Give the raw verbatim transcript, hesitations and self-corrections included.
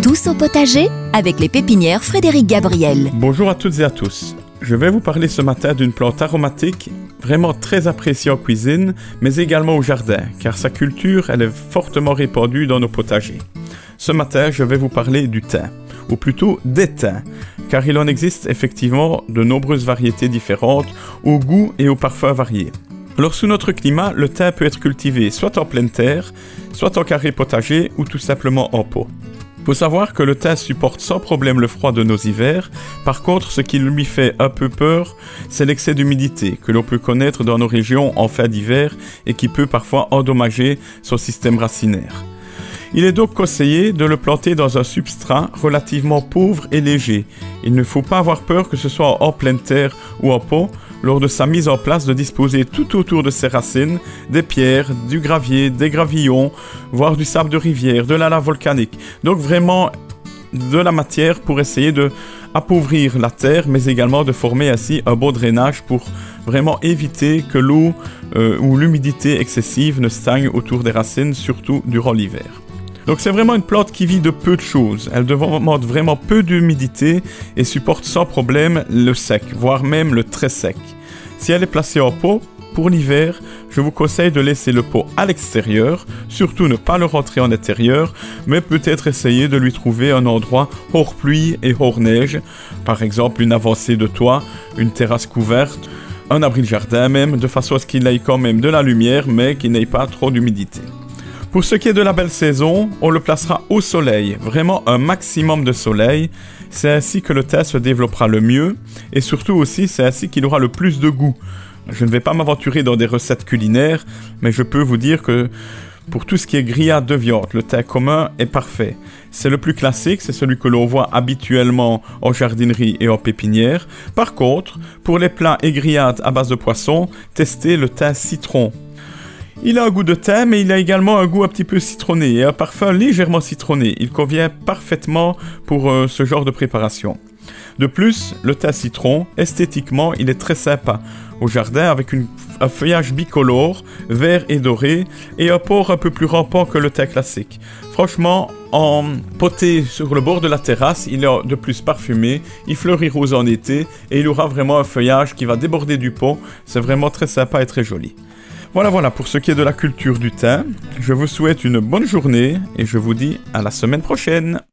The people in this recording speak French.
Tous au potager avec les pépinières Frédéric Gabriel. Bonjour à toutes et à tous. Je vais vous parler ce matin d'une plante aromatique vraiment très appréciée en cuisine, mais également au jardin, car sa culture elle est fortement répandue dans nos potagers. Ce matin, je vais vous parler du thym, ou plutôt des thym, car il en existe effectivement de nombreuses variétés différentes, au goût et au parfum variés. Alors sous notre climat, le thym peut être cultivé soit en pleine terre, soit en carré potager ou tout simplement en pot. Il faut savoir que le thym supporte sans problème le froid de nos hivers. Par contre, ce qui lui fait un peu peur, c'est l'excès d'humidité que l'on peut connaître dans nos régions en fin d'hiver et qui peut parfois endommager son système racinaire. Il est donc conseillé de le planter dans un substrat relativement pauvre et léger. Il ne faut pas avoir peur que ce soit en pleine terre ou en pot, lors de sa mise en place de disposer tout autour de ses racines des pierres, du gravier, des gravillons, voire du sable de rivière, de la lave volcanique. Donc vraiment de la matière pour essayer de appauvrir la terre, mais également de former ainsi un bon drainage pour vraiment éviter que l'eau euh, ou l'humidité excessive ne stagne autour des racines, surtout durant l'hiver. Donc c'est vraiment une plante qui vit de peu de choses. Elle demande vraiment peu d'humidité et supporte sans problème le sec, voire même le très sec. Si elle est placée en pot, pour l'hiver, je vous conseille de laisser le pot à l'extérieur, surtout ne pas le rentrer en intérieur, mais peut-être essayer de lui trouver un endroit hors pluie et hors neige, par exemple une avancée de toit, une terrasse couverte, un abri de jardin même, de façon à ce qu'il ait quand même de la lumière, mais qu'il n'ait pas trop d'humidité. Pour ce qui est de la belle saison, on le placera au soleil, vraiment un maximum de soleil. C'est ainsi que le thym se développera le mieux et surtout aussi c'est ainsi qu'il aura le plus de goût. Je ne vais pas m'aventurer dans des recettes culinaires, mais je peux vous dire que pour tout ce qui est grillade de viande, le thym commun est parfait. C'est le plus classique, c'est celui que l'on voit habituellement en jardinerie et en pépinière. Par contre, pour les plats et grillades à base de poisson, testez le thym citron. Il a un goût de thym, mais il a également un goût un petit peu citronné et un parfum légèrement citronné. Il convient parfaitement pour euh, ce genre de préparation. De plus, le thym citron, esthétiquement, il est très sympa au jardin avec une, un feuillage bicolore, vert et doré, et un port un peu plus rampant que le thym classique. Franchement, en poté sur le bord de la terrasse, il est de plus parfumé, il fleurit rose en été, et il aura vraiment un feuillage qui va déborder du pot. C'est vraiment très sympa et très joli. Voilà, voilà pour ce qui est de la culture du thym. Je vous souhaite une bonne journée et je vous dis à la semaine prochaine.